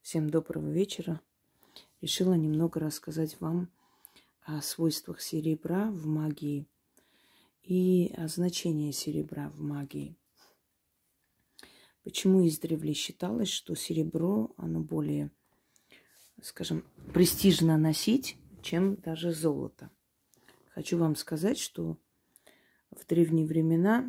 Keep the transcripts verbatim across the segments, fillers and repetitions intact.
Всем доброго вечера. Решила немного рассказать вам о свойствах серебра в магии и о значении серебра в магии. Почему издревле считалось, что серебро, оно более, скажем, престижно носить, чем даже золото? Хочу вам сказать, что в древние времена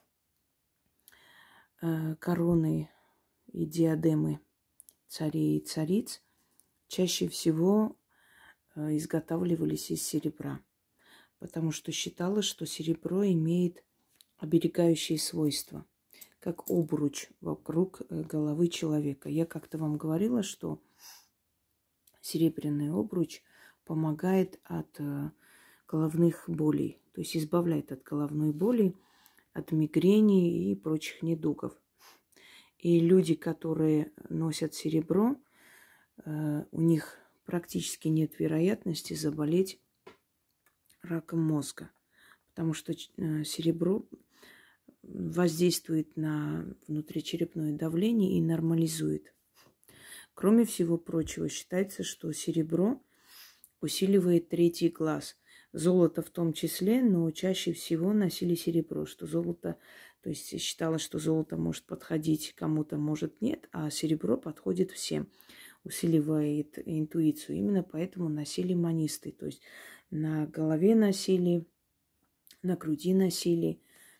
э, короны и диадемы царей и цариц чаще всего э, изготавливались из серебра, потому что считалось, что серебро имеет оберегающие свойства, как обруч вокруг э, головы человека. Я как-то вам говорила, что серебряный обруч помогает от э, головных болей, то есть избавляет от головной боли, от мигрени и прочих недугов. И люди, которые носят серебро, э, у них практически нет вероятности заболеть раком мозга, потому что э, серебро воздействует на внутричерепное давление и нормализует. Кроме всего прочего, считается, что серебро усиливает третий глаз. Золото в том числе, но чаще всего носили серебро, что золото, то есть считалось, что золото может подходить кому-то, может нет, а серебро подходит всем, усиливает интуицию. Именно поэтому носили манисты, то есть на голове носили, на груди носили.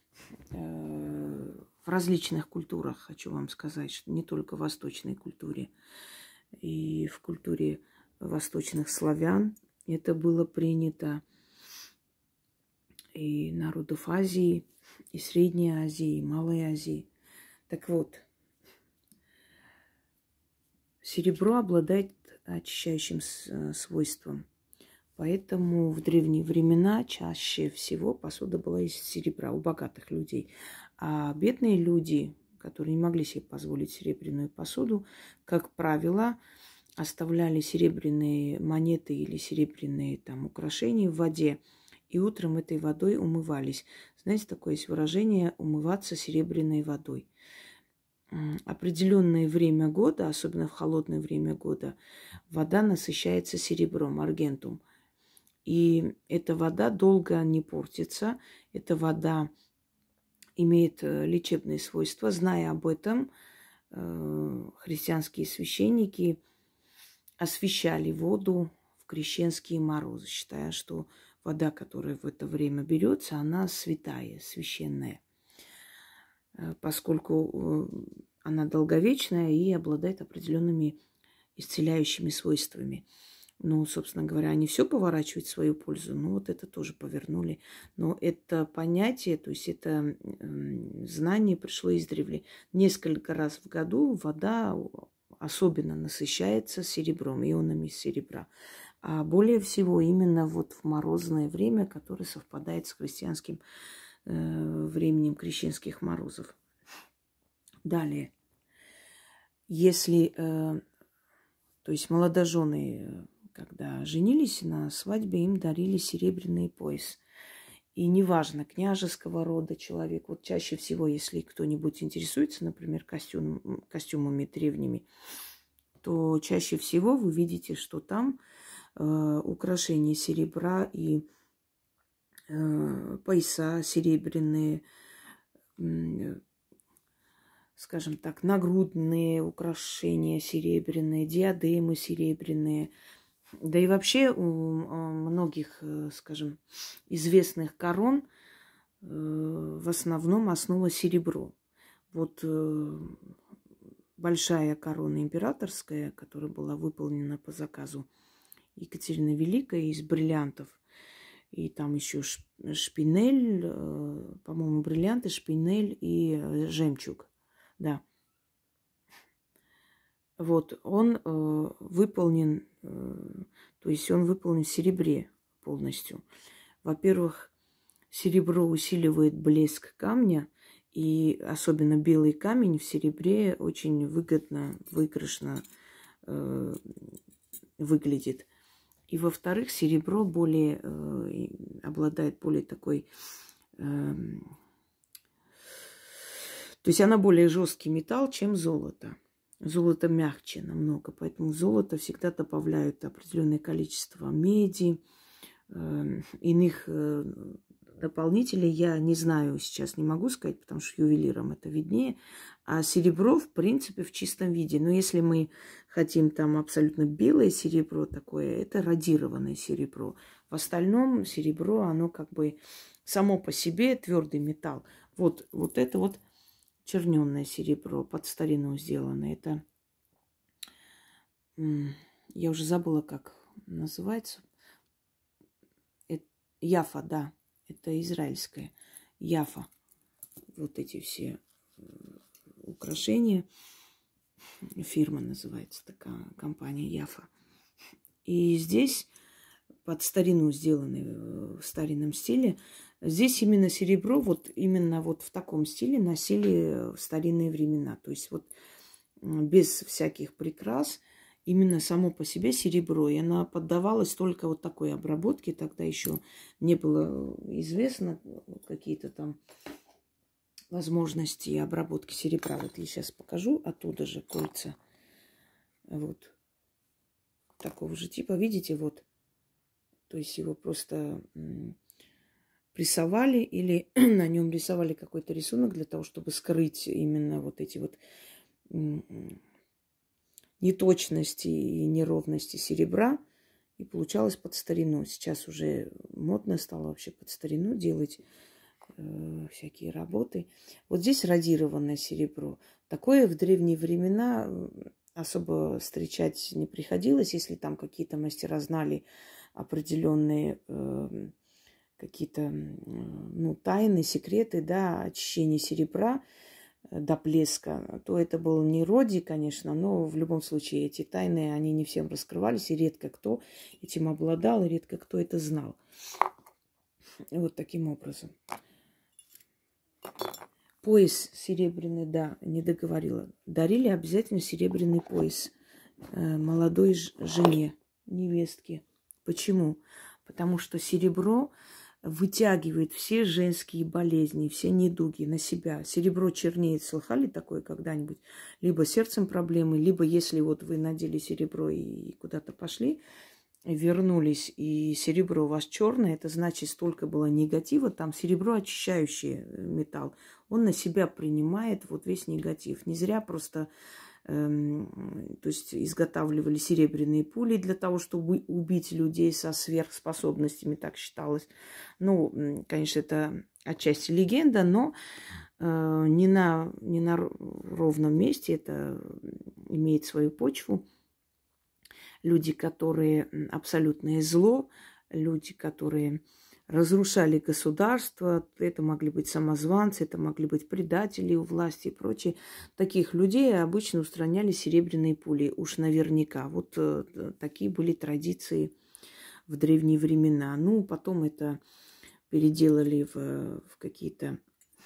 В различных культурах, хочу вам сказать, что не только в восточной культуре, и в культуре восточных славян это было принято, и народов Азии, и Средней Азии, и Малой Азии. Так вот, серебро обладает очищающим свойством. Поэтому в древние времена чаще всего посуда была из серебра у богатых людей. А бедные люди, которые не могли себе позволить серебряную посуду, как правило, оставляли серебряные монеты или серебряные там украшения в воде, и утром этой водой умывались. Знаете, такое есть выражение «умываться серебряной водой». Определенное время года, особенно в холодное время года, вода насыщается серебром, аргентум. И эта вода долго не портится. Эта вода имеет лечебные свойства. Зная об этом, христианские священники освящали воду в крещенские морозы, считая, что вода, которая в это время берется, она святая, священная, поскольку она долговечная и обладает определенными исцеляющими свойствами. Ну, собственно говоря, они все поворачивают в свою пользу, ну, вот это тоже повернули. Но это понятие, то есть это э, знание пришло издревле. Несколько раз в году вода особенно насыщается серебром, ионами серебра. А более всего именно вот в морозное время, которое совпадает с христианским э, временем крещенских морозов. Далее. Если, э, то есть молодожены, когда женились на свадьбе, им дарили серебряный пояс. И неважно, княжеского рода человек. Вот чаще всего, если кто-нибудь интересуется, например, костюм, костюмами древними, то чаще всего вы видите, что там э, украшения серебра и э, пояса серебряные, э, скажем так, нагрудные украшения серебряные, диадемы серебряные. Да и вообще у многих, скажем, известных корон в основном основа серебро. Вот большая корона императорская, которая была выполнена по заказу Екатерины Великой из бриллиантов, и там еще шпинель, по-моему, бриллианты, шпинель и жемчуг. Да. Вот, он э, выполнен, э, то есть он выполнен в серебре полностью. Во-первых, серебро усиливает блеск камня, и особенно белый камень в серебре очень выгодно, выигрышно э, выглядит. И во-вторых, серебро более, э, обладает более такой... Э, то есть она более жесткий металл, чем золото. Золото мягче намного, поэтому в золото всегда добавляют определенное количество меди, э, иных э, дополнителей. Я не знаю, сейчас не могу сказать, потому что ювелирам это виднее. А серебро, в принципе, в чистом виде. Но если мы хотим там абсолютно белое серебро такое, это радированное серебро. В остальном серебро, оно как бы само по себе твердый металл. Вот, вот это вот черненное серебро, под старину сделано. Это, я уже забыла, как называется. Это, яфа, да, это израильское. Яфа. Вот эти все украшения. Фирма называется такая, компания Яфа. И здесь под старину сделаны в старинном стиле. Здесь именно серебро, вот именно вот в таком стиле носили в старинные времена. То есть вот без всяких прикрас, именно само по себе серебро. И она поддавалась только вот такой обработке. Тогда еще не было известно какие-то там возможности обработки серебра. Вот я сейчас покажу оттуда же кольца. Вот такого же типа. Видите, вот. То есть его просто прессовали или на нем рисовали какой-то рисунок для того, чтобы скрыть именно вот эти вот неточности и неровности серебра. И получалось под старину. Сейчас уже модно стало вообще под старину делать э, всякие работы. Вот здесь радированное серебро. Такое в древние времена особо встречать не приходилось, если там какие-то мастера знали определенные э, какие-то э, ну, тайны, секреты, да, очищения серебра до блеска, то это был не Роди, конечно, но в любом случае эти тайны, они не всем раскрывались, и редко кто этим обладал, и редко кто это знал. И вот таким образом. Пояс серебряный, да, не договорила. Дарили обязательно серебряный пояс э, молодой жене, невестке. Почему? Потому что серебро вытягивает все женские болезни, все недуги на себя. Серебро чернеет. Слыхали такое когда-нибудь? Либо сердцем проблемы, либо если вот вы надели серебро и куда-то пошли, вернулись, и серебро у вас черное, это значит, столько было негатива. Там серебро очищающий металл. Он на себя принимает вот весь негатив. Не зря просто эм, то есть изготавливали серебряные пули для того, чтобы убить людей со сверхспособностями, так считалось. Ну, конечно, это отчасти легенда, но э, не, на, не на ровном месте это имеет свою почву. Люди, которые абсолютное зло, люди, которые разрушали государство, это могли быть самозванцы, это могли быть предатели у власти и прочее. Таких людей обычно устраняли серебряные пули, уж наверняка. Вот э, такие были традиции в древние времена. Ну, потом это переделали в, в какие-то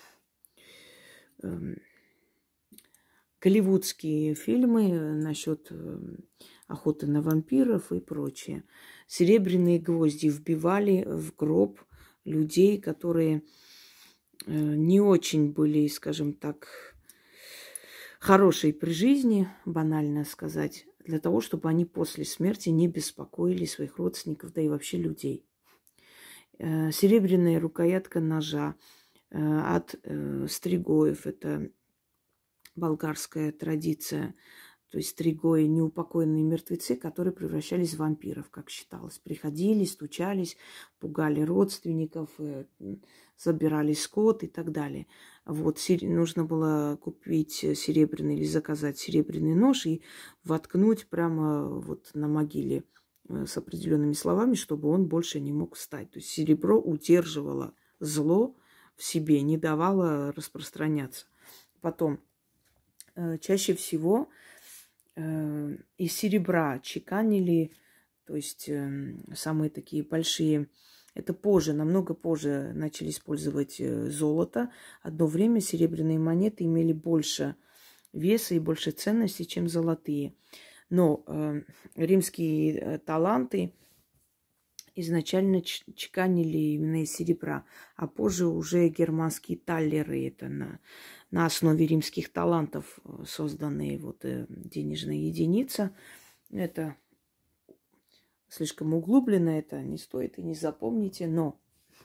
э, голливудские фильмы насчет э, охоты на вампиров и прочее. Серебряные гвозди вбивали в гроб людей, которые э, не очень были, скажем так, хорошие при жизни, банально сказать, для того, чтобы они после смерти не беспокоили своих родственников, да и вообще людей. Э, серебряная рукоятка ножа э, от э, стригоев, это болгарская традиция. То есть стригои, неупокоенные мертвецы, которые превращались в вампиров, как считалось. Приходили, стучались, пугали родственников, забирали скот и так далее. Вот нужно было купить серебряный или заказать серебряный нож и воткнуть прямо вот на могиле с определенными словами, чтобы он больше не мог встать. То есть серебро удерживало зло в себе, не давало распространяться. Потом, чаще всего из серебра чеканили, то есть самые такие большие, это позже, намного позже начали использовать золото. Одно время серебряные монеты имели больше веса и больше ценности, чем золотые. Но э, римские таланты изначально чеканили именно из серебра, а позже уже германские таллеры, это на, на основе римских талантов созданные вот э, денежная единица. Это слишком углублено, это не стоит и не запомните, но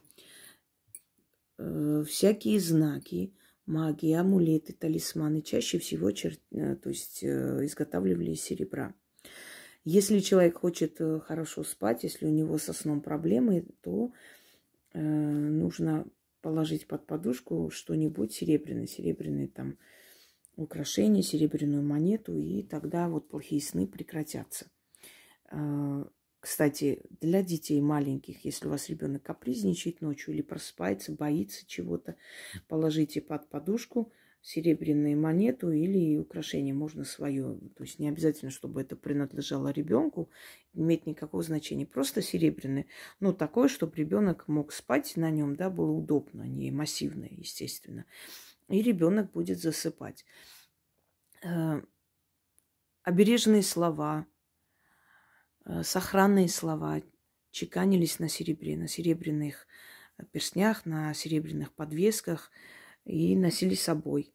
э, всякие знаки, магии, амулеты, талисманы чаще всего чер... то есть, э, изготавливали из серебра. Если человек хочет хорошо спать, если у него со сном проблемы, то э, нужно положить под подушку что-нибудь серебряное, серебряные там украшения, серебряную монету, и тогда вот плохие сны прекратятся. Э, кстати, для детей маленьких, если у вас ребенок капризничает ночью или просыпается, боится чего-то, положите под подушку серебряную монету или украшение, можно свое. То есть не обязательно, чтобы это принадлежало ребенку, не имеет никакого значения. Просто серебряное. Ну, такое, чтобы ребенок мог спать на нем, да, было удобно, не массивное, естественно. И ребенок будет засыпать. Э, обережные слова, э, сохранные слова чеканились на серебре, на серебряных перстнях, на серебряных подвесках и носили с собой.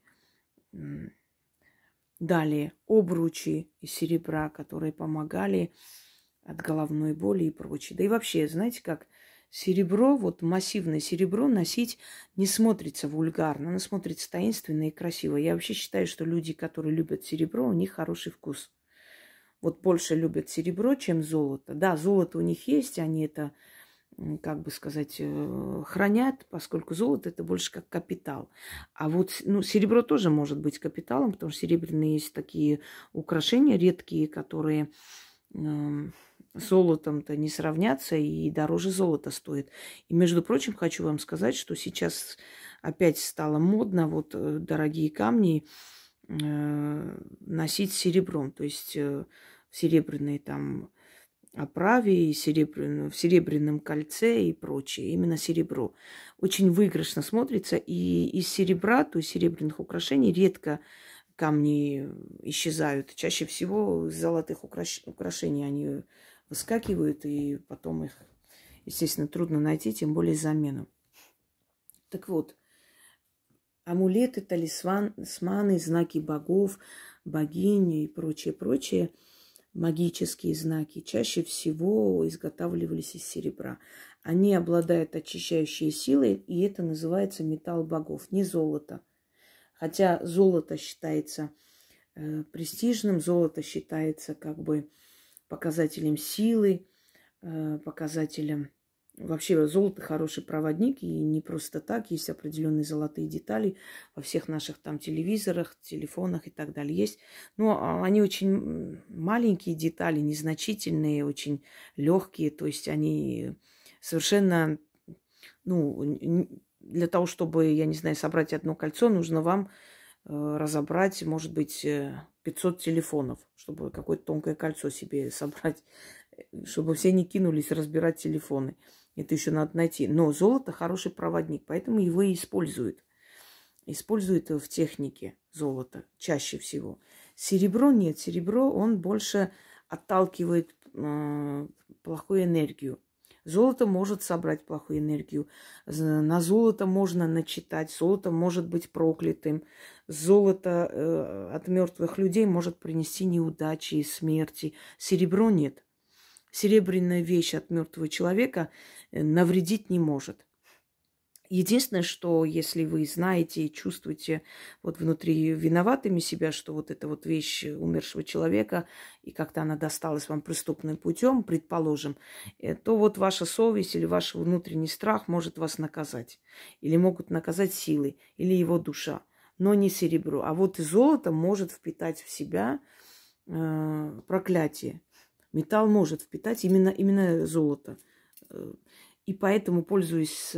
Далее обручи из серебра, которые помогали от головной боли и прочее. Да и вообще, знаете, как серебро, вот массивное серебро носить не смотрится вульгарно, оно смотрится таинственно и красиво. Я вообще считаю, что люди, которые любят серебро, у них хороший вкус. Вот больше любят серебро, чем золото. Да, золото у них есть, они это, как бы сказать, хранят, поскольку золото это больше как капитал. А вот ну, серебро тоже может быть капиталом, потому что серебряные есть такие украшения редкие, которые э, золотом-то не сравнятся и дороже золота стоят. И, между прочим, хочу вам сказать, что сейчас опять стало модно вот дорогие камни э, носить серебром, то есть э, серебряные там оправе, и серебряном, в серебряном кольце и прочее. Именно серебро. Очень выигрышно смотрится. И из серебра, то есть серебряных украшений, редко камни исчезают. Чаще всего из золотых украш... украшений они выскакивают, и потом их, естественно, трудно найти, тем более замену. Так вот, амулеты, талисманы, знаки богов, богини и прочее, прочее, магические знаки чаще всего изготавливались из серебра. Они обладают очищающей силой, и это называется металл богов, не золото. Хотя золото считается э, престижным, золото считается как бы показателем силы, э, показателем... Вообще золото хороший проводник, и не просто так. Есть определенные золотые детали во всех наших там телевизорах, телефонах и так далее. Есть, но они очень маленькие детали, незначительные, очень легкие. То есть они совершенно, ну, для того, чтобы, я не знаю, собрать одно кольцо, нужно вам э, разобрать, может быть, пятьсот телефонов, чтобы какое-то тонкое кольцо себе собрать, чтобы все не кинулись разбирать телефоны. Это еще надо найти. Но золото хороший проводник, поэтому его и используют. Используют в технике золото чаще всего. Серебро нет. Серебро, он больше отталкивает э, плохую энергию. Золото может собрать плохую энергию. На золото можно начитать. Золото может быть проклятым. Золото э, от мертвых людей может принести неудачи и смерти. Серебро нет. Серебряная вещь от мертвого человека навредить не может. Единственное, что если вы знаете и чувствуете вот внутри виноватыми себя, что вот эта вот вещь умершего человека, и как-то она досталась вам преступным путем, предположим, то вот ваша совесть или ваш внутренний страх может вас наказать. Или могут наказать силы, или его душа, но не серебро. А вот и золото может впитать в себя э, проклятие. Металл может впитать именно, именно золото. И поэтому, пользуясь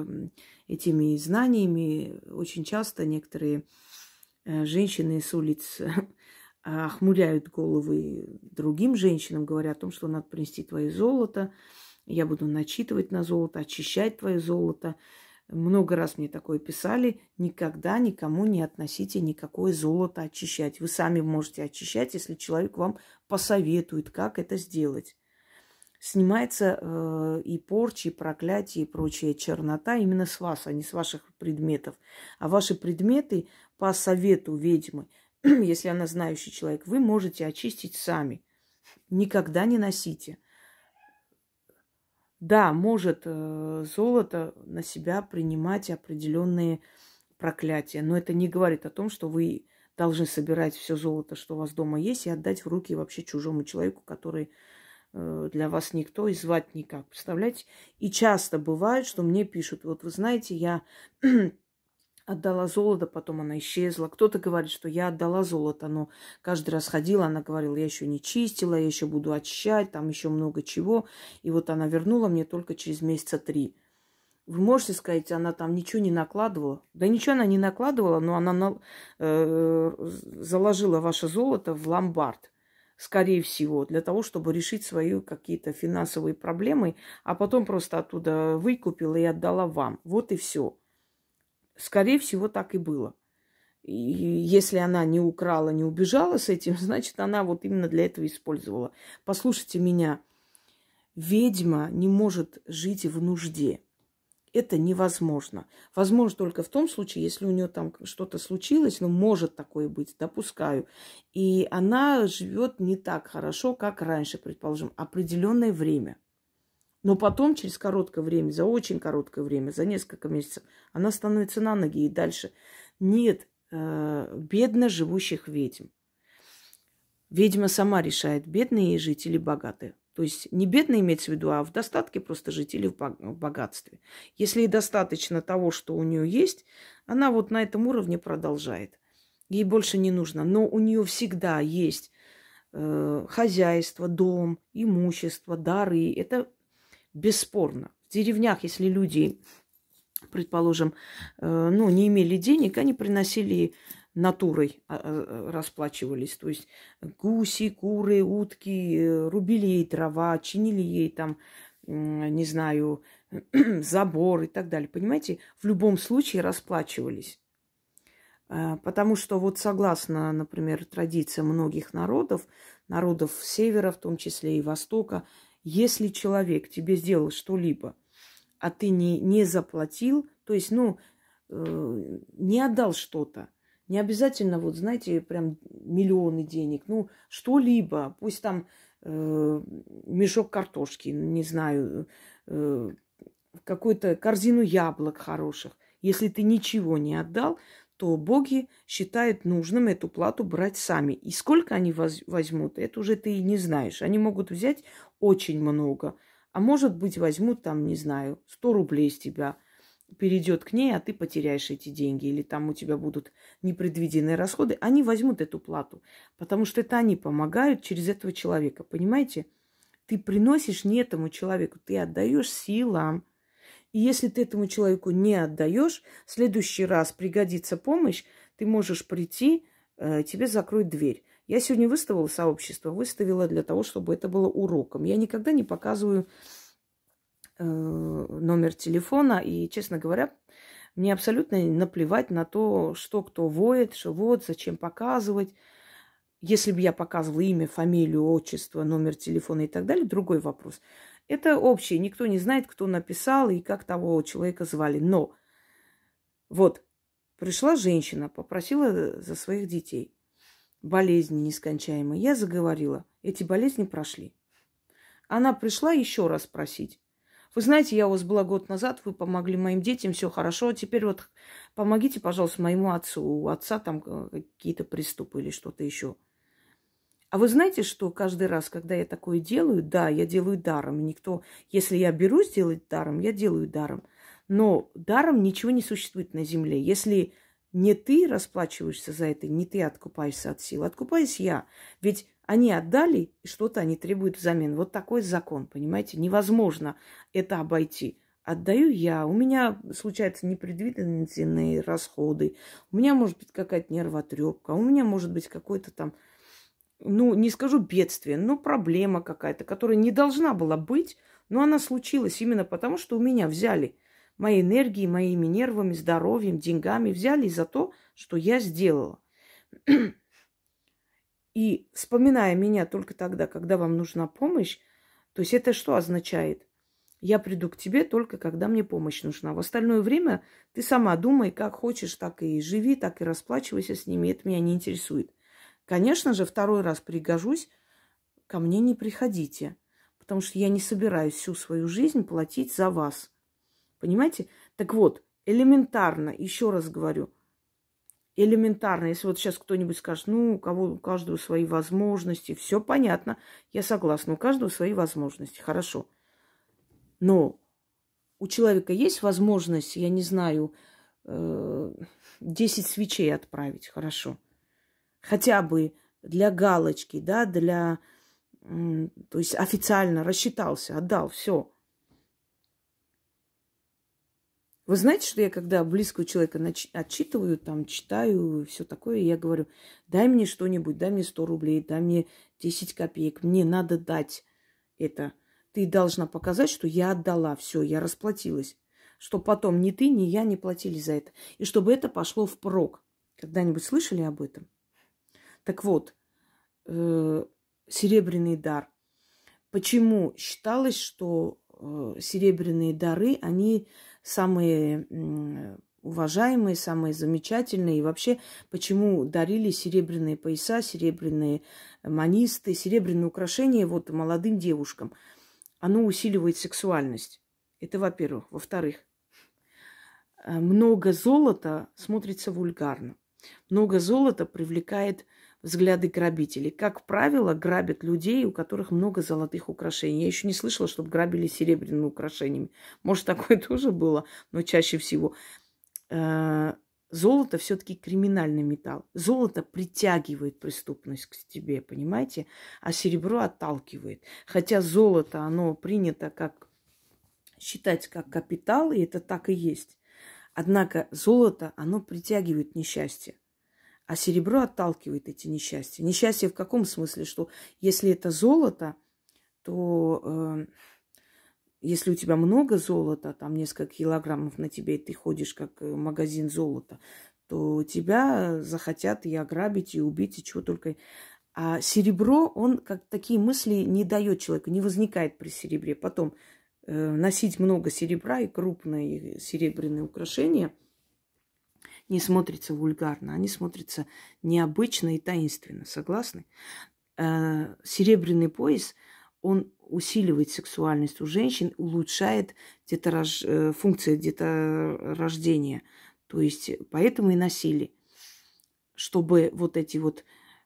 этими знаниями, очень часто некоторые женщины с улиц охмуряют головы другим женщинам, говоря о том, что надо принести твое золото, я буду начитывать на золото, очищать твое золото. Много раз мне такое писали. Никогда никому не относите никакое золото очищать. Вы сами можете очищать, если человек вам посоветует, как это сделать. снимается э, и порчи, и проклятие, и прочая чернота именно с вас, а не с ваших предметов. А ваши предметы по совету ведьмы, если она знающий человек, вы можете очистить сами. Никогда не носите. Да, может э, золото на себя принимать определенные проклятия, но это не говорит о том, что вы должны собирать все золото, что у вас дома есть, и отдать в руки вообще чужому человеку, который э, для вас никто и звать никак. Представляете? И часто бывает, что мне пишут, вот вы знаете, я отдала золото, потом она исчезла. Кто-то говорит, что я отдала золото, но каждый раз ходила, она говорила, я еще не чистила, я еще буду очищать, там еще много чего. И вот она вернула мне только через месяца три. Вы можете сказать, она там ничего не накладывала? Да ничего она не накладывала, но она на, э, заложила ваше золото в ломбард, скорее всего, для того, чтобы решить свои какие-то финансовые проблемы, а потом просто оттуда выкупила и отдала вам. Вот и все. Скорее всего, так и было. И если она не украла, не убежала с этим, значит, она вот именно для этого использовала. Послушайте меня. Ведьма не может жить в нужде. Это невозможно. Возможно только в том случае, если у нее там что-то случилось, ну, может такое быть, допускаю. И она живет не так хорошо, как раньше, предположим, определенное время. Но потом, через короткое время, за очень короткое время, за несколько месяцев, она становится на ноги и дальше. Нет э, бедно живущих ведьм. Ведьма сама решает, бедные ей жить или богатые. То есть не бедные имеется в виду, а в достатке просто жить или в богатстве. Если ей достаточно того, что у нее есть, она вот на этом уровне продолжает. Ей больше не нужно. Но у нее всегда есть э, хозяйство, дом, имущество, дары. Это бесспорно. В деревнях, если люди, предположим, э, ну, не имели денег, они приносили натурой, э, расплачивались. То есть гуси, куры, утки, э, рубили ей дрова, чинили ей там, э, не знаю, забор и так далее. Понимаете, в любом случае расплачивались. Э, потому что вот согласно, например, традициям многих народов, народов Севера, в том числе и Востока, если человек тебе сделал что-либо, а ты не, не заплатил, то есть, ну, э, не отдал что-то, не обязательно, вот, знаете, прям миллионы денег, ну, что-либо, пусть там э, мешок картошки, не знаю, э, какую-то корзину яблок хороших. Если ты ничего не отдал, то боги считают нужным эту плату брать сами. И сколько они возьмут, это уже ты и не знаешь. Они могут взять очень много. А может быть, возьмут там, не знаю, сто рублей с тебя, перейдет к ней, а ты потеряешь эти деньги. Или там у тебя будут непредвиденные расходы. Они возьмут эту плату, потому что это они помогают через этого человека. Понимаете? Ты приносишь не этому человеку, ты отдаешь силам. И если ты этому человеку не отдаешь, в следующий раз пригодится помощь, ты можешь прийти, э, тебе закроют дверь. Я сегодня выставила сообщество, выставила для того, чтобы это было уроком. Я никогда не показываю э, номер телефона, и, честно говоря, мне абсолютно наплевать на то, что кто воет, что вот, зачем показывать. Если бы я показывала имя, фамилию, отчество, номер телефона и так далее, другой вопрос. Это общее. Никто не знает, кто написал и как того человека звали. Но вот пришла женщина, попросила за своих детей. Болезни нескончаемые. Я заговорила. Эти болезни прошли. Она пришла еще раз просить. Вы знаете, я у вас была год назад, вы помогли моим детям, все хорошо. Теперь вот помогите, пожалуйста, моему отцу. У отца там какие-то приступы или что-то еще. А вы знаете, что каждый раз, когда я такое делаю, да, я делаю даром. Никто, если я берусь делать даром, я делаю даром. Но даром ничего не существует на земле. Если не ты расплачиваешься за это, не ты откупаешься от сил, откупаюсь я. Ведь они отдали, и что-то они требуют взамен. Вот такой закон, понимаете? Невозможно это обойти. Отдаю я. У меня случаются непредвиденные расходы. У меня может быть какая-то нервотрепка. У меня может быть какой-то там... ну, не скажу бедствие, но проблема какая-то, которая не должна была быть, но она случилась именно потому, что у меня взяли моей энергией, моими нервами, здоровьем, деньгами, взяли за то, что я сделала. И вспоминая меня только тогда, когда вам нужна помощь, То есть это что означает? Я приду к тебе только когда мне помощь нужна. В остальное время ты сама думай, как хочешь, так и живи, так и расплачивайся с ними. Это меня не интересует. Конечно же, второй раз пригожусь, ко мне не приходите. Потому что я не собираюсь всю свою жизнь платить за вас. Понимаете? Так вот, элементарно, еще раз говорю, элементарно, если вот сейчас кто-нибудь скажет, ну, у кого у каждого свои возможности, все понятно, я согласна, у каждого свои возможности, хорошо. Но у человека есть возможность, я не знаю, э, десять свечей отправить, хорошо. Хотя бы для галочки, да, для, м, то есть официально рассчитался, отдал, все. Вы знаете, что я, когда близкого человека нач- отчитываю, там, читаю, все такое, я говорю, дай мне что-нибудь, дай мне сто рублей, дай мне десять копеек, мне надо дать это. Ты должна показать, что я отдала, все, я расплатилась. Что потом ни ты, ни я не платили за это. И чтобы это пошло впрок. Когда-нибудь слышали об этом? Так вот, э, серебряный дар. Почему считалось, что э, серебряные дары, они самые м, уважаемые, самые замечательные. И вообще, почему дарили серебряные пояса, серебряные манисты, серебряные украшения вот молодым девушкам? Оно усиливает сексуальность. Это во-первых. Во-вторых, э, много золота смотрится вульгарно. Много золота привлекает взгляды грабителей. Как правило, грабят людей, у которых много золотых украшений. Я еще не слышала, чтобы грабили серебряными украшениями. Может, такое тоже было, но чаще всего. Э, Золото все-таки криминальный металл. Золото притягивает преступность к тебе, понимаете? А серебро отталкивает. Хотя золото, оно принято как считать как капитал, и это так и есть. Однако золото, оно притягивает несчастье. А серебро отталкивает эти несчастья. Несчастье в каком смысле? Что если это золото, то э, если у тебя много золота, там несколько килограммов на тебе, и ты ходишь как магазин золота, то тебя захотят и ограбить, и убить, и чего только. А серебро, он как такие мысли не дает человеку, не возникает при серебре. Потом э, носить много серебра и крупные серебряные украшения – не смотрится вульгарно, они смотрятся необычно и таинственно. Согласны? Э, серебряный пояс, он усиливает сексуальность у женщин, улучшает деторож... э, функцию деторождения. То есть поэтому и носили. Чтобы вот эти вот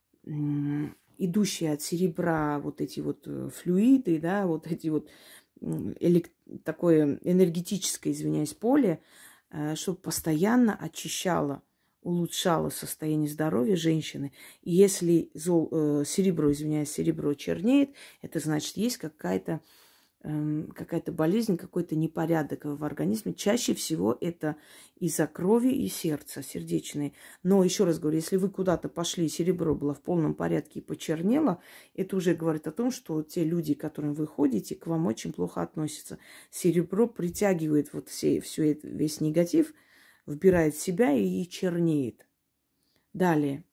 м, идущие от серебра вот эти вот э, флюиды, да, вот эти вот м, элек... такое энергетическое, извиняюсь, поле, чтобы постоянно очищало, улучшало состояние здоровья женщины. И если зол, э, серебро, извиняюсь, серебро чернеет, это значит, есть какая-то э, какая-то болезнь, какой-то непорядок в организме. Чаще всего это из-за крови и сердца, сердечные. Но еще раз говорю, если вы куда-то пошли, серебро было в полном порядке и почернело, это уже говорит о том, что те люди, к которым вы ходите, к вам очень плохо относятся. Серебро притягивает вот все, все это, весь негатив, вбирает в себя и чернеет. Далее.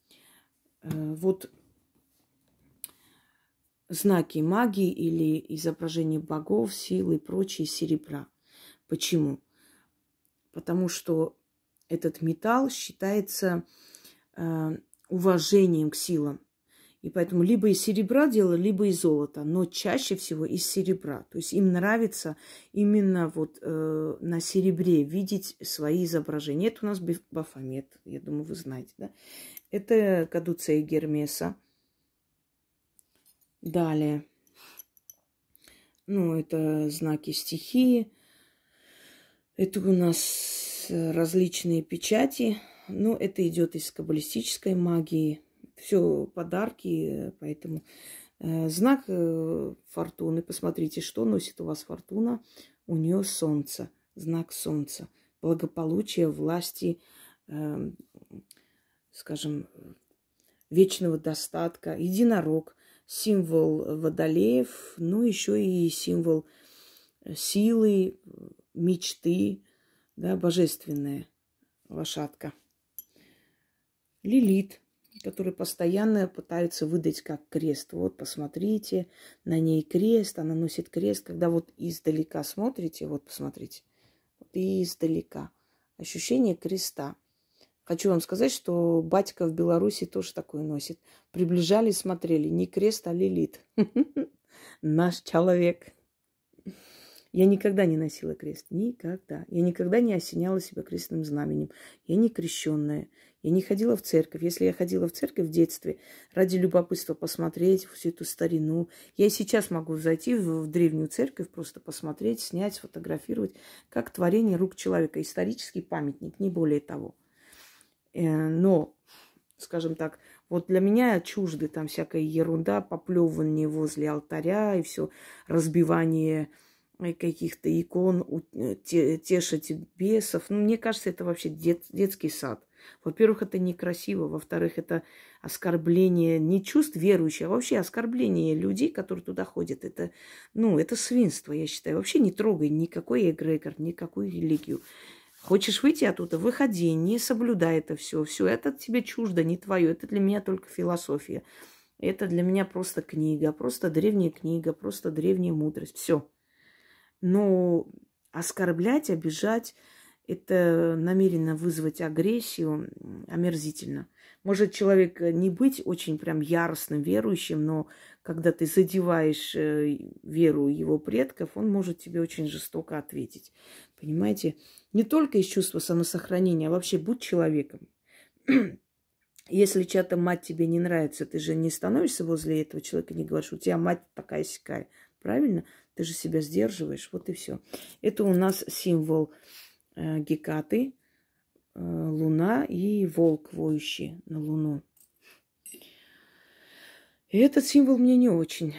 Вот знаки магии или изображения богов, сил и прочие серебра. Почему? Потому что этот металл считается э, уважением к силам. И поэтому либо из серебра делают, либо из золота, но чаще всего из серебра. То есть им нравится именно вот э, на серебре видеть свои изображения. Это у нас Бафомет, я думаю, вы знаете, да? Это кадуцея Гермеса. Далее. Ну, это знаки стихии. Это у нас различные печати. Но это идет из каббалистической магии. Все подарки, поэтому э, знак э, фортуны. Посмотрите, что носит у вас фортуна. У нее солнце, знак солнца. Благополучие, власти, э, скажем, вечного достатка. Единорог. Символ водолеев, ну, еще и символ силы, мечты, да, божественная лошадка. Лилит. которые постоянно пытаются выдать как крест. Вот, посмотрите, на ней крест, она носит крест. Когда вот издалека смотрите, вот посмотрите, вот издалека, ощущение креста. Хочу вам сказать, что батька в Беларуси тоже такое носит. Приближались, смотрели, не крест, а лилит. Наш человек. Я никогда не носила крест. Никогда. Я никогда не осеняла себя крестным знаменем. Я не крещенная. Я не ходила в церковь. Если я ходила в церковь в детстве, ради любопытства посмотреть всю эту старину, я и сейчас могу зайти в, в древнюю церковь, просто посмотреть, снять, сфотографировать, как творение рук человека. Исторический памятник, не более того. Но, скажем так, вот для меня чужды там всякая ерунда, поплевывание возле алтаря и все, разбивание каких-то икон, тешить бесов. Ну, мне кажется, это вообще дет, детский сад. Во-первых, это некрасиво. Во-вторых, это оскорбление не чувств верующих, а вообще оскорбление людей, которые туда ходят. Это, ну, это свинство, я считаю. Вообще не трогай никакой эгрегор, никакую религию. Хочешь выйти оттуда, выходи, не соблюдай это все. Все, это тебе чуждо, не твое. Это для меня только философия. Это для меня просто книга, просто древняя книга, просто древняя мудрость. Все. Но оскорблять, обижать, это намеренно вызвать агрессию, омерзительно. Может человек не быть очень прям яростным верующим, но когда ты задеваешь веру его предков, он может тебе очень жестоко ответить. Понимаете? Не только из чувства самосохранения, а вообще будь человеком. Если чья-то мать тебе не нравится, ты же не становишься возле этого человека, не говоришь, у тебя мать такая-сякая. Правильно? Ты же себя сдерживаешь. Вот и все. Это у нас символ э, Гекаты, э, луна и волк, воющий на луну. И этот символ мне не очень.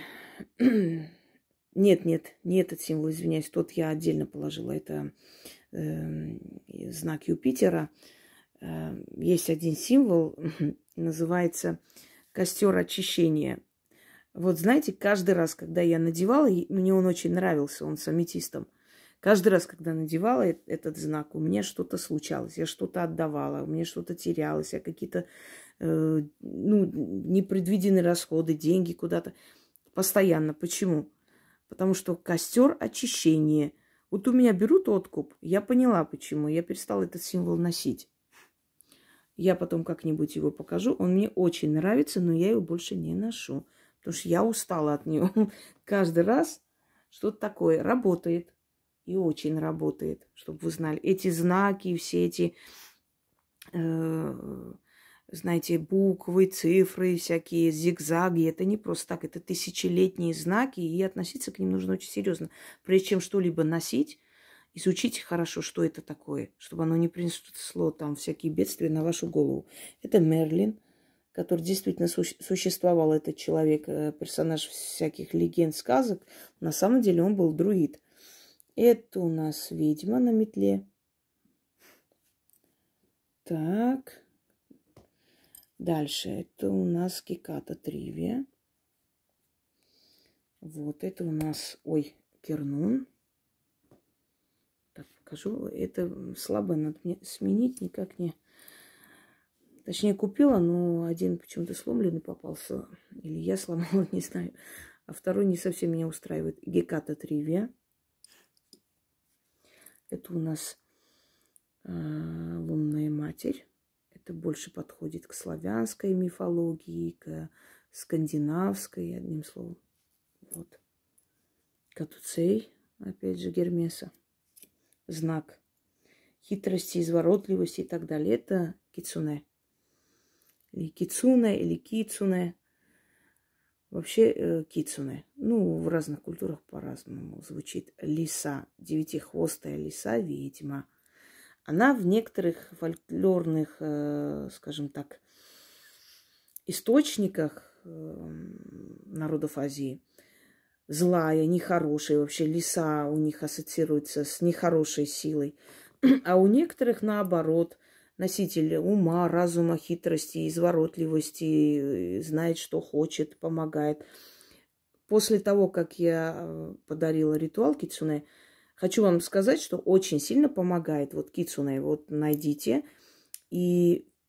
Нет, нет, не этот символ, извиняюсь, тот я отдельно положила. Это э, знак Юпитера. Э, есть один символ, называется костер очищения. Вот знаете, каждый раз, когда я надевала, мне он очень нравился, он с аметистом. Каждый раз, когда надевала этот знак, у меня что-то случалось, я что-то отдавала, у меня что-то терялось, я какие-то э, ну, непредвиденные расходы, деньги куда-то. Постоянно. Почему? Потому что костер очищения. Вот у меня берут откуп, я поняла, почему. Я перестала этот символ носить. Я потом как-нибудь его покажу. Он мне очень нравится, но я его больше не ношу. Потому что я устала от него. Каждый раз что-то такое работает. И очень работает, чтобы вы знали. Эти знаки, все эти, э, знаете, буквы, цифры, всякие зигзаги. Это не просто так. Это тысячелетние знаки. И относиться к ним нужно очень серьезно. Прежде чем что-либо носить, изучите хорошо, что это такое. Чтобы оно не принесло там всякие бедствия на вашу голову. Это Мерлин, который действительно су- существовал, этот человек, персонаж всяких легенд, сказок. На самом деле он был друид. Это у нас ведьма на метле. Так. Дальше. Это у нас Геката Тривия. Вот это у нас, ой, Кернун. Так, покажу. Это слабо надо мне сменить, никак не... Точнее, купила, но один почему-то сломленный попался. Или я сломала, не знаю. А второй не совсем меня устраивает. Геката Тривия. Это у нас э, лунная матерь. Это больше подходит к славянской мифологии, к скандинавской, одним словом. Вот. Катуцей, опять же, Гермеса. Знак хитрости, изворотливости и так далее. Это кицуне. Или кицуне, или кицуне. Вообще э, кицуне. Ну, в разных культурах по-разному звучит. Лиса, девятихвостая лиса, ведьма. Она в некоторых фольклорных, э, скажем так, источниках э, народов Азии злая, нехорошая. Вообще лиса у них ассоциируется с нехорошей силой. А у некоторых наоборот. Носитель ума, разума, хитрости, изворотливости, знает, что хочет, помогает. После того, как я подарила ритуал кицуне, хочу вам сказать, что очень сильно помогает. Вот кицуне, вот найдите. И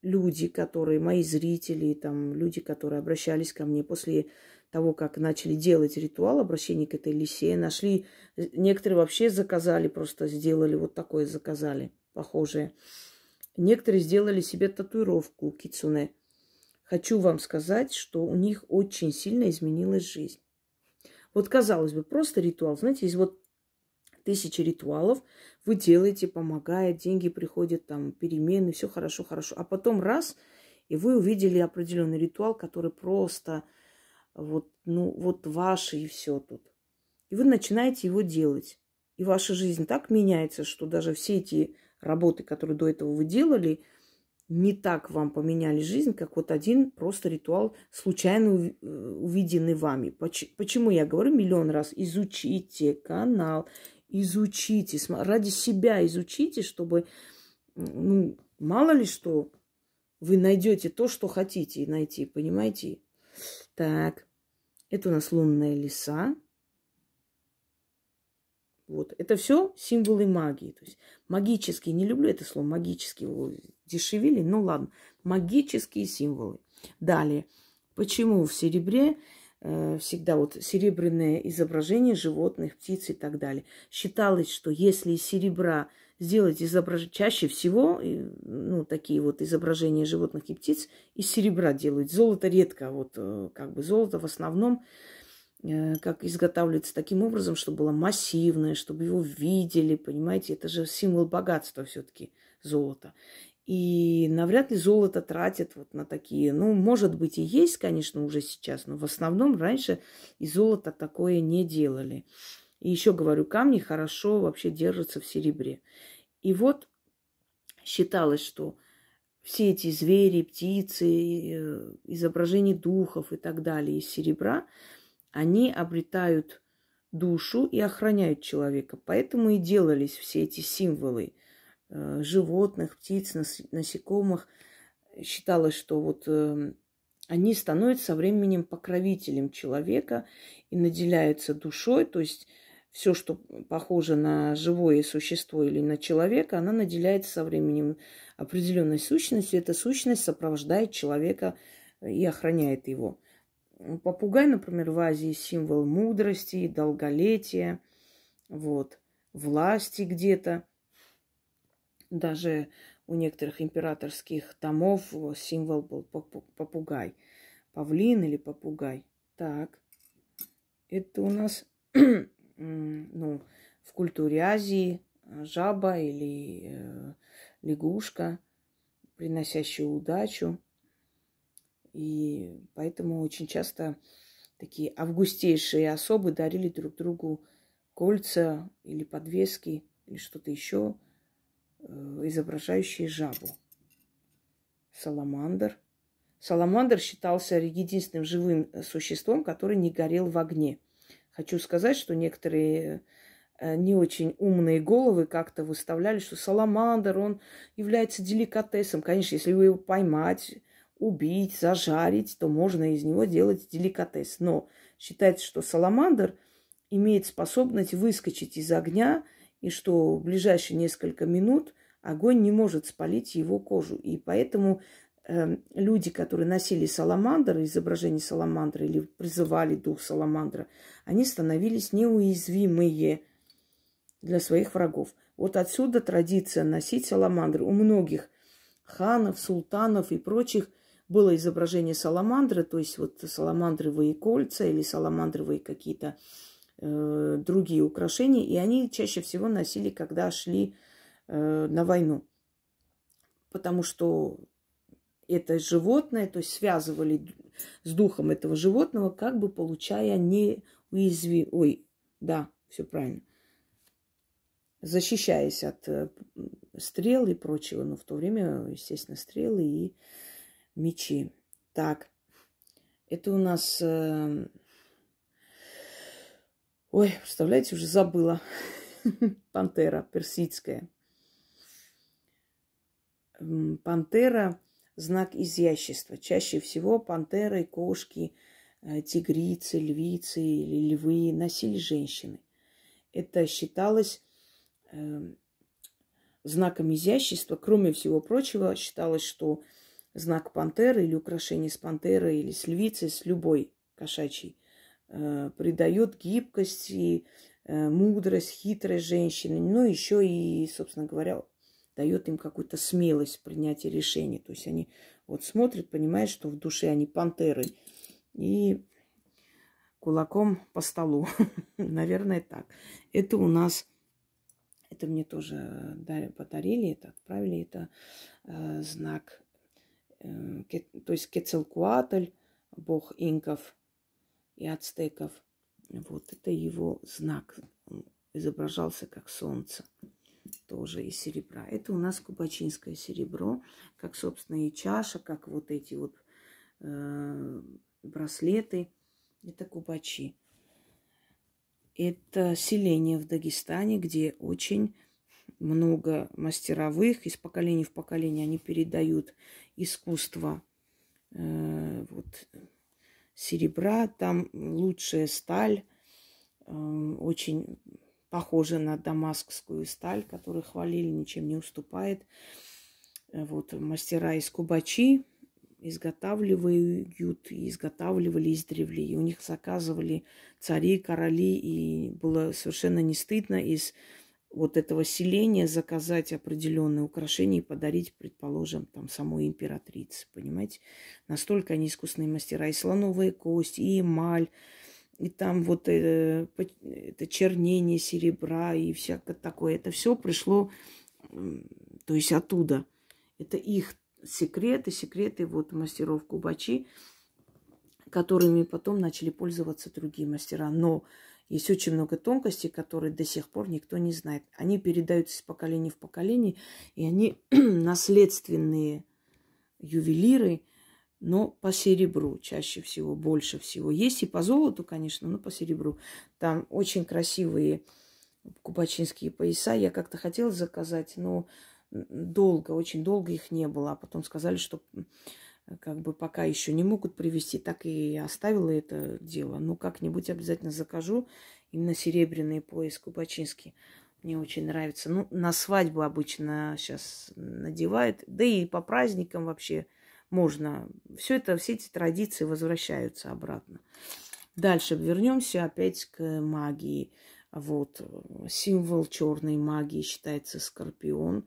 люди, которые, мои зрители, там, люди, которые обращались ко мне после того, как начали делать ритуал обращения к этой лисе, нашли, некоторые вообще заказали, просто сделали вот такое, заказали, похожее. Некоторые сделали себе татуировку кицуне. Хочу вам сказать, что у них очень сильно изменилась жизнь. Вот, казалось бы, просто ритуал. Знаете, есть вот тысячи ритуалов, вы делаете, помогает, деньги приходят, там, перемены, все хорошо, хорошо. А потом раз, и вы увидели определенный ритуал, который просто вот, ну, вот ваш, и все тут. И вы начинаете его делать. И ваша жизнь так меняется, что даже все эти работы, которые до этого вы делали, не так вам поменяли жизнь, как вот один просто ритуал, случайно увиденный вами. Почему я говорю миллион раз? Изучите канал, изучите, ради себя изучите, чтобы, ну, мало ли что, вы найдете то, что хотите найти, понимаете? Так, это у нас лунная лиса. Вот. Это все символы магии. То есть магические, не люблю это слово, магические, его дешевили, ну ладно, магические символы. Далее, почему в серебре э, всегда вот серебряное изображение животных, птиц и так далее. Считалось, что если из серебра сделать изображение, чаще всего, ну, такие вот изображения животных и птиц из серебра делают. Золото редко, вот как бы золото в основном как изготавливается таким образом, чтобы было массивное, чтобы его видели, понимаете, это же символ богатства все-таки золото. И навряд ли золото тратят вот на такие, ну, может быть, и есть, конечно, уже сейчас, но в основном раньше из золота такое не делали. И еще говорю, камни хорошо вообще держатся в серебре. И вот считалось, что все эти звери, птицы, изображения духов и так далее из серебра, они обретают душу и охраняют человека. Поэтому и делались все эти символы э, животных, птиц, насекомых. Считалось, что вот э, они становятся со временем покровителем человека и наделяются душой. То есть все, что похоже на живое существо или на человека, она наделяется со временем определенной сущностью. Эта сущность сопровождает человека и охраняет его. Попугай, например, в Азии символ мудрости, долголетия, вот, власти где-то. Даже у некоторых императорских домов символ был попугай. Павлин или попугай. Так, это у нас ну, в культуре Азии жаба или э, лягушка, приносящая удачу. И поэтому очень часто такие августейшие особы дарили друг другу кольца или подвески, или что-то еще, изображающие жабу. Саламандр. Саламандр считался единственным живым существом, который не горел в огне. Хочу сказать, что некоторые не очень умные головы как-то выставляли, что саламандр, он является деликатесом. Конечно, если вы его поймать, убить, зажарить, то можно из него делать деликатес. Но считается, что саламандр имеет способность выскочить из огня, и что в ближайшие несколько минут огонь не может спалить его кожу. И поэтому э, люди, которые носили саламандр, изображение саламандра или призывали дух саламандра, они становились неуязвимые для своих врагов. Вот отсюда традиция носить саламандры. У многих ханов, султанов и прочих было изображение саламандры, то есть вот саламандровые кольца или саламандровые какие-то э, другие украшения, и они чаще всего носили, когда шли э, на войну, потому что это животное, то есть связывали с духом этого животного, как бы получая неуязвимость, ой, да, все правильно, защищаясь от э, стрел и прочего, но в то время, естественно, стрелы и мечи. Так, это у нас... Э... Ой, представляете, уже забыла. Пантера персидская. Пантера – знак изящества. Чаще всего пантеры, кошки, тигрицы, львицы или львы носили женщины. Это считалось э, знаком изящества. Кроме всего прочего, считалось, что знак пантеры или украшение с пантерой или с львицей, с любой кошачьей, э, придает гибкость и э, мудрость, хитрость женщины. Ну, еще и, собственно говоря, дает им какую-то смелость в принятии решений. То есть они вот смотрят, понимают, что в душе они пантеры. И кулаком по столу. Наверное, так. Это у нас, это мне тоже подарили, это отправили, это э, знак, э, ке, то есть Кецалькуатль, бог инков и ацтеков. Вот это его знак. Он изображался как солнце, тоже из серебра. Это у нас кубачинское серебро, как, собственно, и чаша, как вот эти вот э, браслеты. Это кубачи. Это селение в Дагестане, где очень много мастеровых. Из поколения в поколение они передают искусство э, вот, серебра. Там лучшая сталь, э, очень похожа на дамаскскую сталь, которую хвалили, ничем не уступает. Вот, мастера из Кубачи изготавливают и изготавливали издревле. И у них заказывали цари, короли, и было совершенно не стыдно из вот этого селения заказать определенные украшения и подарить, предположим, там самой императрице, понимаете? Настолько они искусные мастера. И слоновая кость, и эмаль, и там вот э, это чернение серебра и всякое такое. Это все пришло, то есть оттуда. Это их секреты, секреты вот мастеров Кубачи, которыми потом начали пользоваться другие мастера. Но есть очень много тонкостей, которые до сих пор никто не знает. Они передаются из поколения в поколение, и они наследственные ювелиры, но по серебру чаще всего, больше всего. Есть и по золоту, конечно, но по серебру. Там очень красивые кубачинские пояса. Я как-то хотела заказать, но долго, очень долго их не было. А потом сказали, что как бы пока еще не могут привезти, так и оставила это дело. Ну, как-нибудь обязательно закажу. Именно серебряный пояс кубачинский. Мне очень нравится. Ну, на свадьбу обычно сейчас надевают. Да и по праздникам вообще можно. Все это, все эти традиции возвращаются обратно. Дальше вернемся опять к магии. Вот. Символ черной магии считается скорпион.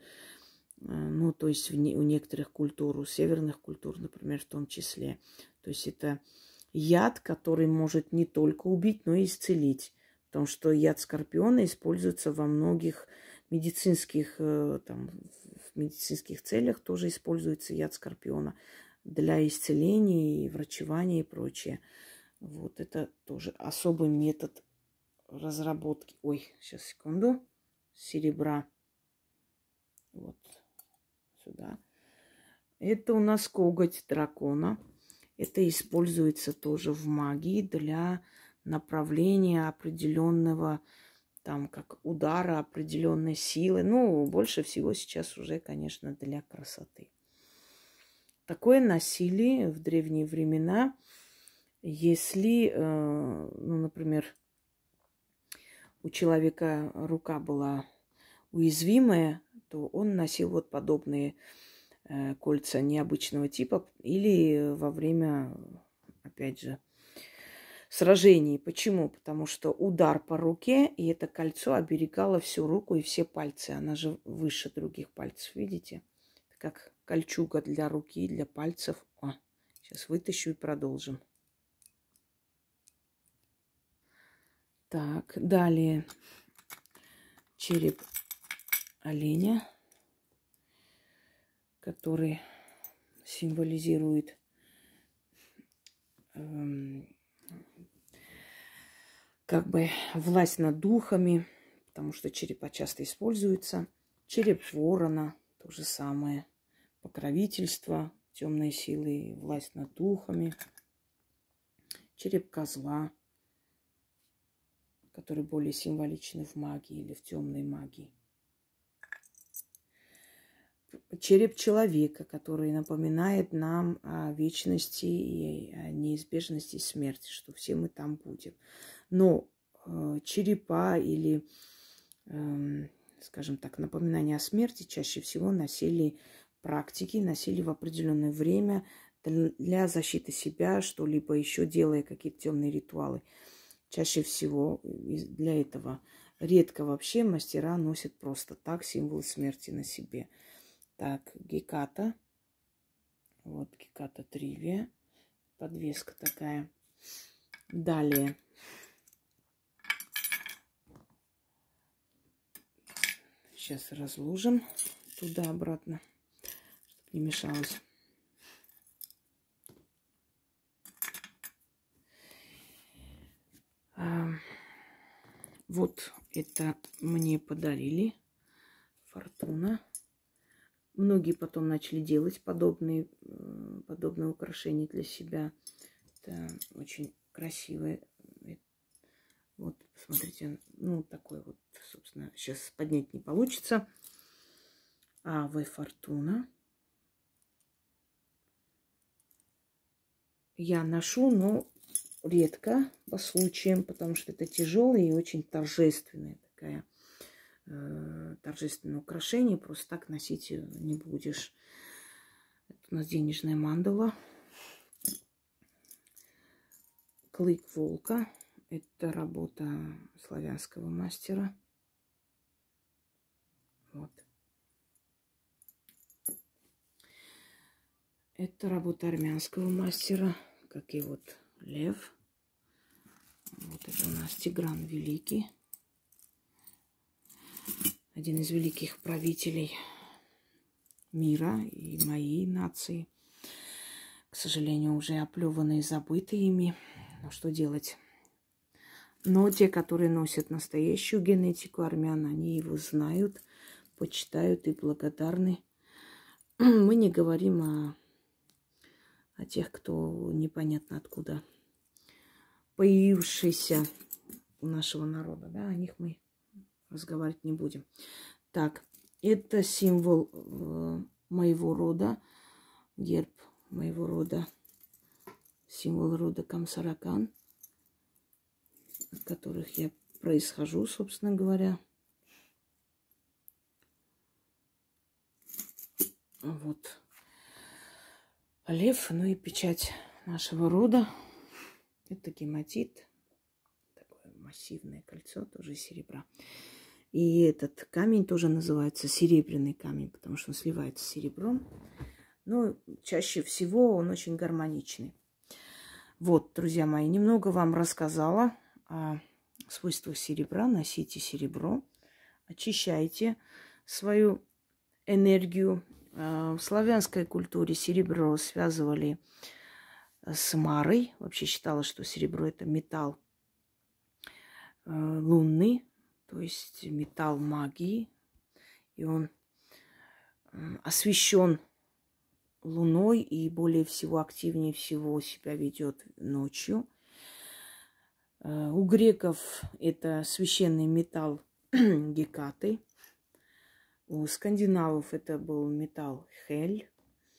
Ну, то есть в не, у некоторых культур, у северных культур, например, в том числе. То есть это яд, который может не только убить, но и исцелить. Потому что яд скорпиона используется во многих медицинских, там, в медицинских целях тоже используется яд скорпиона для исцеления и врачевания и прочее. Вот это тоже особый метод разработки. Ой, сейчас, секунду. Серебра. Вот. Сюда. Это у нас коготь дракона. Это используется тоже в магии для направления определенного, там, как удара определенной силы. Ну, больше всего сейчас уже, конечно, для красоты. Такое носили в древние времена, если, ну, например, у человека рука была уязвимая, то он носил вот подобные э, кольца необычного типа или во время, опять же, сражений. Почему? Потому что удар по руке, и это кольцо оберегало всю руку и все пальцы. Она же выше других пальцев, видите? Как кольчуга для руки, для пальцев. О, сейчас вытащу и продолжим. Так, далее череп оленя, который символизирует эм, как бы власть над духами, потому что черепа часто используются. Череп ворона, то же самое. Покровительство, темные силы, власть над духами. Череп козла, который более символичен в магии или в темной магии. Череп человека, который напоминает нам о вечности и о неизбежности смерти, что все мы там будем. Но э, черепа или, э, скажем так, напоминания о смерти чаще всего носили практики, носили в определенное время для защиты себя, что-либо еще делая какие-то темные ритуалы. Чаще всего для этого. Редко вообще мастера носят просто так символ смерти на себе. Так, Геката. Вот Геката Тривия. Подвеска такая. Далее. Сейчас разложим туда-обратно, чтобы не мешалось. А, вот это мне подарили. Фортуна. Многие потом начали делать подобные, подобные украшения для себя. Это очень красивое. Вот, посмотрите, ну, такой вот, собственно, сейчас поднять не получится. Аве Фортуна. Я ношу, но редко, по случаям, потому что это тяжелое и очень торжественное такая, э, торжественное украшение. Просто так носить не будешь. Это у нас денежная мандала. Клык волка. Это работа славянского мастера. Вот. Это работа армянского мастера, как и вот лев. Вот это у нас Тигран Великий. Один из великих правителей мира и моей нации. К сожалению, уже оплеванные и забыты ими. Но что делать? Но те, которые носят настоящую генетику армян, они его знают, почитают и благодарны. Мы не говорим о, о тех, кто непонятно откуда появившийся у нашего народа. Да, о них мы разговаривать не будем. Так, это символ э, моего рода, герб моего рода, символ рода Камсаракан, от которых я происхожу, собственно говоря. Вот. Лев, ну и печать нашего рода. Это гематит. Такое массивное кольцо, тоже из серебра. И этот камень тоже называется серебряный камень, потому что он сливается с серебром. Но чаще всего он очень гармоничный. Вот, друзья мои, немного вам рассказала о свойствах серебра. Носите серебро, очищайте свою энергию. В славянской культуре серебро связывали с Марой. Вообще считалось, что серебро – это металл лунный, то есть металл магии. И он освещен луной и более всего активнее всего себя ведет ночью. У греков это священный металл Гекаты. У скандинавов это был металл Хель.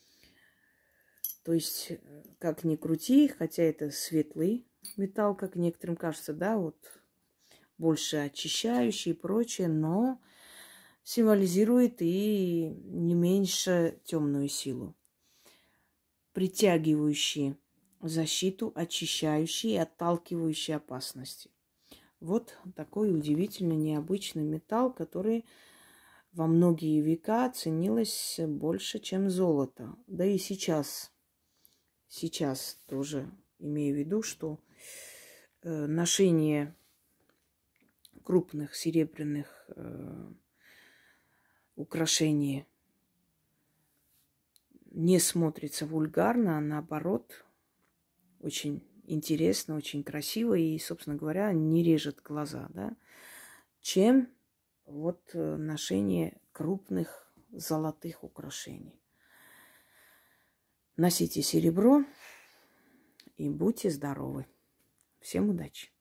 То есть, как ни крути, хотя это светлый металл, как некоторым кажется, да, вот больше очищающий и прочее, но символизирует и не меньше темную силу, притягивающие защиту, очищающие и отталкивающие опасности. Вот такой удивительный, необычный металл, который во многие века ценилось больше, чем золото. Да и сейчас, сейчас тоже имею в виду, что э, ношение крупных серебряных э, украшений не смотрится вульгарно, а наоборот, очень интересно, очень красиво и, собственно говоря, не режет глаза, да, чем вот ношение крупных золотых украшений. Носите серебро и будьте здоровы. Всем удачи!